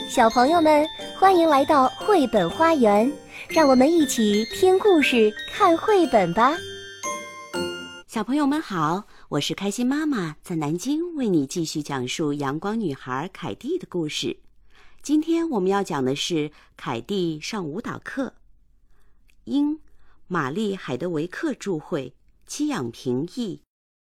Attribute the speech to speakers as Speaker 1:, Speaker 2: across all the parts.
Speaker 1: 小朋友们，欢迎来到绘本花园，让我们一起听故事、看绘本吧。
Speaker 2: 小朋友们好，我是开心妈妈，在南京为你继续讲述阳光女孩凯蒂的故事。今天我们要讲的是凯蒂上舞蹈课，英玛丽·海德维克著绘，戚养平译。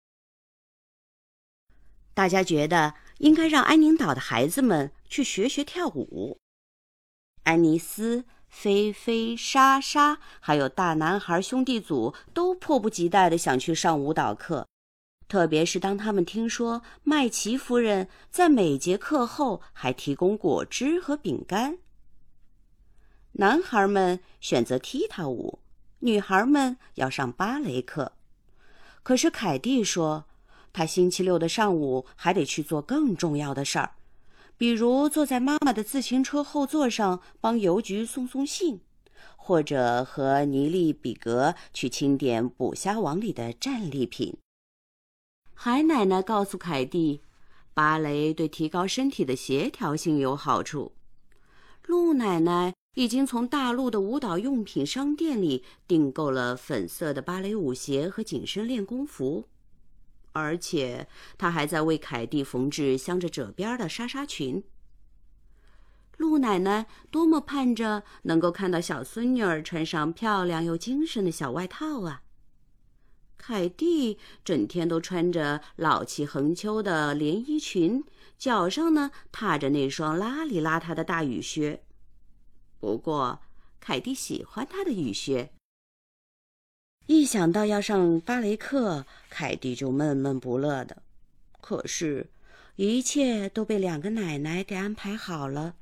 Speaker 2: 大家觉得应该让安宁岛的孩子们去学学跳舞。安妮斯、菲菲、莎莎还有大男孩兄弟组都迫不及待地想去上舞蹈课，特别是当他们听说麦琪夫人在每节课后还提供果汁和饼干。男孩们选择踢踏舞，女孩们要上芭蕾课。可是凯蒂说，他星期六的上午还得去做更重要的事儿，比如坐在妈妈的自行车后座上帮邮局送信，或者和尼利比格去清点捕虾网里的战利品。海奶奶告诉凯蒂，芭蕾对提高身体的协调性有好处。陆奶奶已经从大陆的舞蹈用品商店里订购了粉色的芭蕾舞鞋和紧身练功服，而且她还在为凯蒂缝制镶着褶边的纱纱裙。陆奶奶多么盼着能够看到小孙女儿穿上漂亮又精神的小外套啊！凯蒂整天都穿着老气横秋的连衣裙，脚上呢踏着那双邋里邋遢的大雨靴。不过凯蒂喜欢她的雨靴。一想到要上芭蕾课，凯蒂就闷闷不乐的。可是，一切都被两个奶奶给安排好了。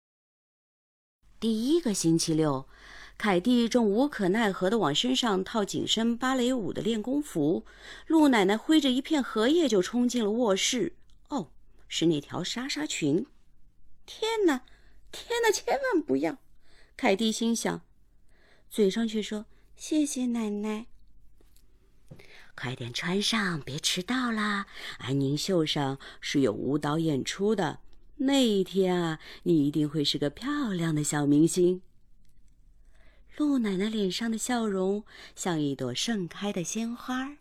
Speaker 2: 第一个星期六，凯蒂正无可奈何地往身上套紧身芭蕾舞的练功服，陆奶奶挥着一片荷叶就冲进了卧室。哦，是那条纱纱裙！天哪，天哪，千万不要！凯蒂心想，嘴上却说谢谢奶奶。快点穿上，别迟到啦！安宁秀上是有舞蹈演出的，那一天啊，你一定会是个漂亮的小明星。陆奶奶脸上的笑容像一朵盛开的鲜花。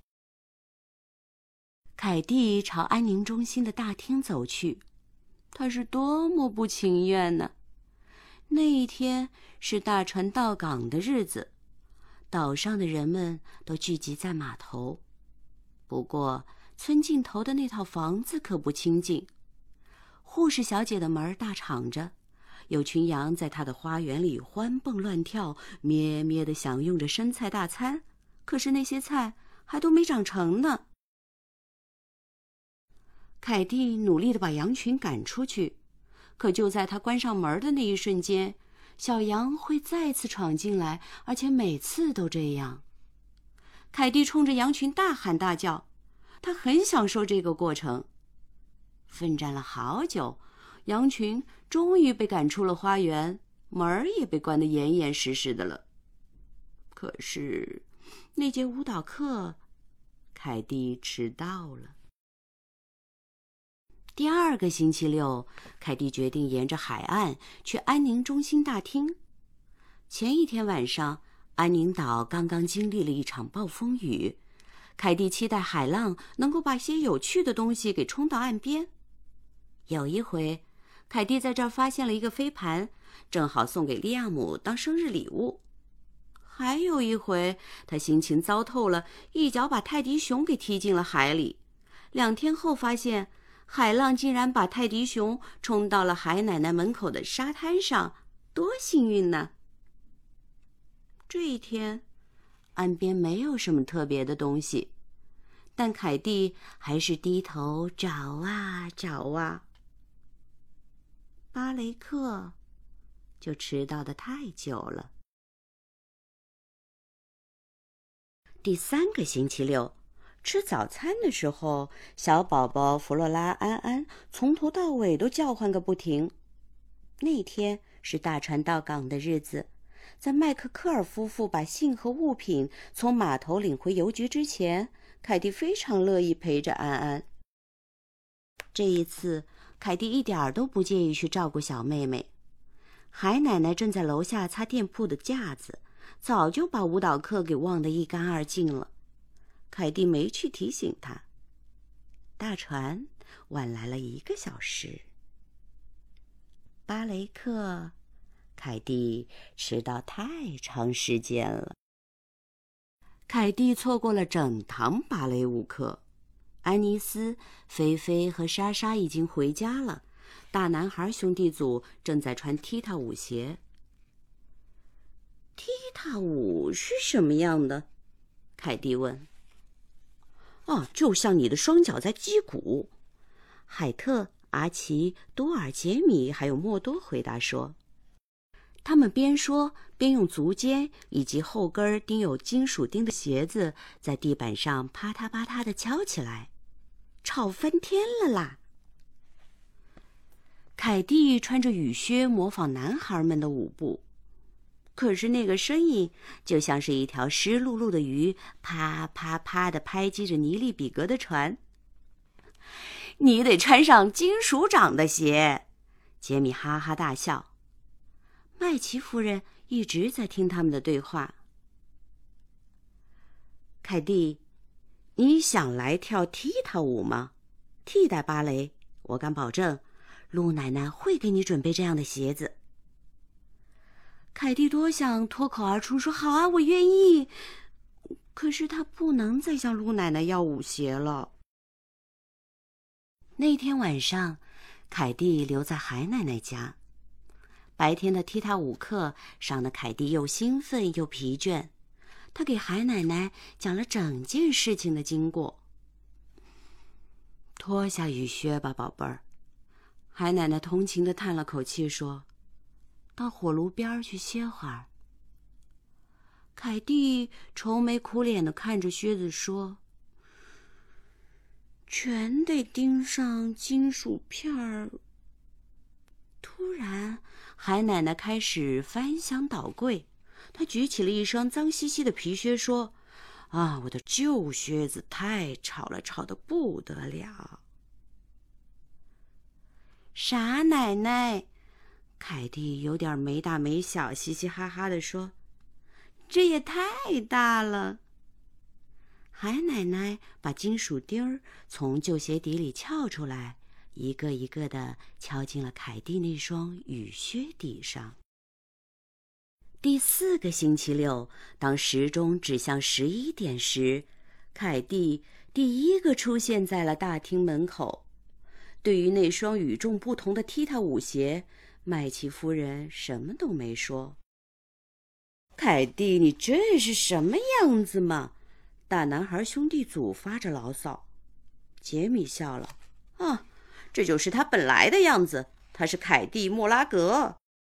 Speaker 2: 凯蒂朝安宁中心的大厅走去，她是多么不情愿呢！那一天是大船到港的日子，岛上的人们都聚集在码头。不过村尽头的那套房子可不清静，护士小姐的门大敞着，有群羊在她的花园里欢蹦乱跳，咩咩地享用着生菜大餐，可是那些菜还都没长成呢。凯蒂努力地把羊群赶出去，可就在她关上门的那一瞬间，小羊会再次闯进来，而且每次都这样。凯蒂冲着羊群大喊大叫，她很享受这个过程。奋战了好久，羊群终于被赶出了花园，门儿也被关得严严实实的了。可是那节舞蹈课，凯蒂迟到了。第二个星期六，凯蒂决定沿着海岸去安宁中心大厅。前一天晚上，安宁岛刚刚经历了一场暴风雨，凯蒂期待海浪能够把些有趣的东西给冲到岸边。有一回，凯蒂在这儿发现了一个飞盘，正好送给利亚姆当生日礼物。还有一回，他心情糟透了，一脚把泰迪熊给踢进了海里。2天后发现，海浪竟然把泰迪熊冲到了海奶奶门口的沙滩上，多幸运呢！这一天，岸边没有什么特别的东西，但凯蒂还是低头找啊找啊。芭蕾课就迟到得太久了。第3个星期六，吃早餐的时候，小宝宝弗洛拉、安安从头到尾都叫唤个不停。那天是大船到港的日子，在麦克科尔夫妇把信和物品从码头领回邮局之前，凯蒂非常乐意陪着安安。这一次， 凯蒂一点儿都不介意去照顾小妹妹。海奶奶正在楼下擦店铺的架子，早就把舞蹈课给忘得一干二净了。凯蒂没去提醒她。大船晚来了1个小时。芭蕾课，凯蒂迟到太长时间了。凯蒂错过了整堂芭蕾舞课。安妮斯、菲菲和莎莎已经回家了，大男孩兄弟组正在穿踢踏舞鞋。踢踏舞是什么样的？凯蒂问。就像你的双脚在击鼓。海特、阿奇、多尔、杰米还有莫多回答说。他们边说边用足尖以及后跟钉有金属钉的鞋子在地板上啪嗒啪嗒地敲起来，吵翻天了啦！凯蒂穿着雨靴模仿男孩们的舞步，可是那个声音就像是一条湿漉漉的鱼啪啪啪地拍击着尼利比格的船。你得穿上金属掌的鞋，杰米哈哈大笑。麦琪夫人一直在听他们的对话。凯蒂，你想来跳踢踏舞吗？替代芭蕾，我敢保证，陆奶奶会给你准备这样的鞋子。凯蒂多想脱口而出说好啊，我愿意。可是她不能再向陆奶奶要舞鞋了。那天晚上，凯蒂留在海奶奶家。白天的踢踏舞课上得凯蒂又兴奋又疲倦，她给海奶奶讲了整件事情的经过。脱下雨靴吧，宝贝儿。海奶奶同情地叹了口气说，到火炉边去歇会儿。凯蒂愁眉苦脸地看着靴子说，全得钉上金属片儿。突然，海奶奶开始翻箱倒柜，她举起了一双脏兮兮的皮靴说，我的旧靴子太吵了，吵得不得了。傻奶奶，凯蒂有点没大没小，嘻嘻哈哈地说，这也太大了。海奶奶把金属钉儿从旧鞋底里撬出来，一个一个地敲进了凯蒂那双雨靴底上。第4个星期六，当时钟指向11点时，凯蒂第一个出现在了大厅门口。对于那双与众不同的踢踏舞鞋，麦琪夫人什么都没说。凯蒂，你这是什么样子嘛？大男孩兄弟组发着牢骚。杰米笑了，这就是他本来的样子，他是凯蒂·莫拉格。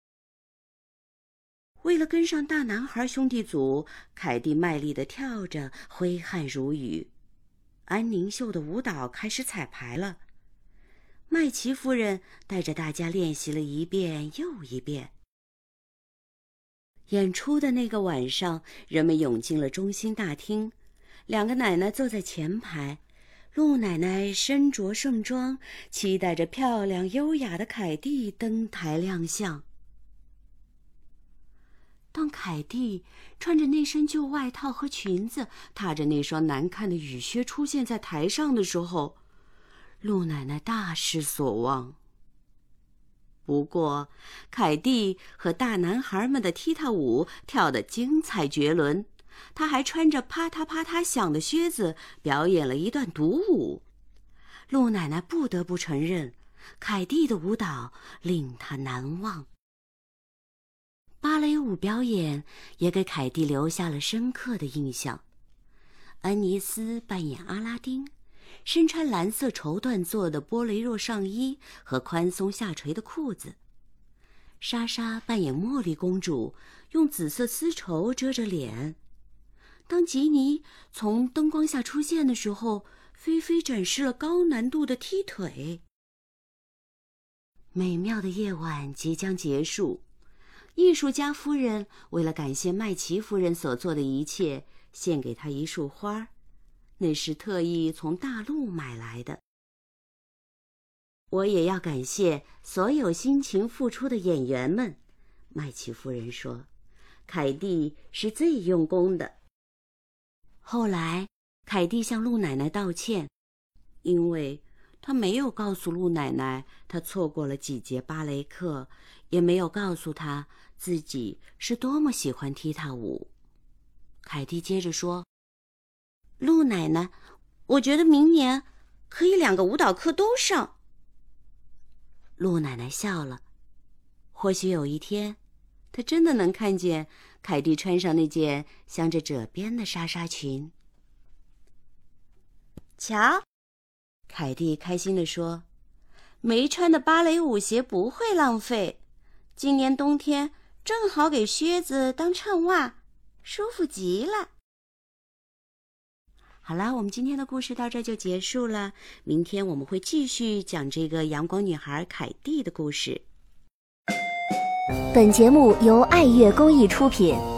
Speaker 2: 为了跟上大男孩兄弟组，凯蒂卖力地跳着，挥汗如雨。安宁秀的舞蹈开始彩排了。麦琪夫人带着大家练习了一遍又一遍。演出的那个晚上，人们涌进了中心大厅，2个奶奶坐在前排，陆奶奶身着盛装，期待着漂亮优雅的凯蒂登台亮相。当凯蒂穿着那身旧外套和裙子，踏着那双难看的雨靴出现在台上的时候，陆奶奶大失所望。不过，凯蒂和大男孩们的踢踏舞跳得精彩绝伦，她还穿着啪嗒啪嗒响的靴子表演了一段独舞。陆奶奶不得不承认，凯蒂的舞蹈令她难忘。芭蕾舞表演也给凯蒂留下了深刻的印象。安妮斯扮演阿拉丁，身穿蓝色绸缎做的波雷若上衣和宽松下垂的裤子。莎莎扮演茉莉公主，用紫色丝绸遮着脸。当吉尼从灯光下出现的时候，菲菲展示了高难度的踢腿。美妙的夜晚即将结束，艺术家夫人为了感谢麦琪夫人所做的一切，献给她一束花，那是特意从大陆买来的。 我也要感谢所有辛勤付出的演员们，麦琪夫人说，凯蒂是最用功的。后来，凯蒂向鹿奶奶道歉，因为她没有告诉鹿奶奶她错过了几节芭蕾课，也没有告诉她自己是多么喜欢踢踏舞。凯蒂接着说，鹿奶奶，我觉得明年可以2个舞蹈课都上。鹿奶奶笑了，或许有一天，她真的能看见凯蒂穿上那件镶着褶边的纱纱裙。瞧，凯蒂开心地说，没穿的芭蕾舞鞋不会浪费，今年冬天正好给靴子当衬袜，舒服极了。好啦，我们今天的故事到这就结束了。明天我们会继续讲这个阳光女孩凯蒂的故事。
Speaker 1: 本节目由爱乐公益出品。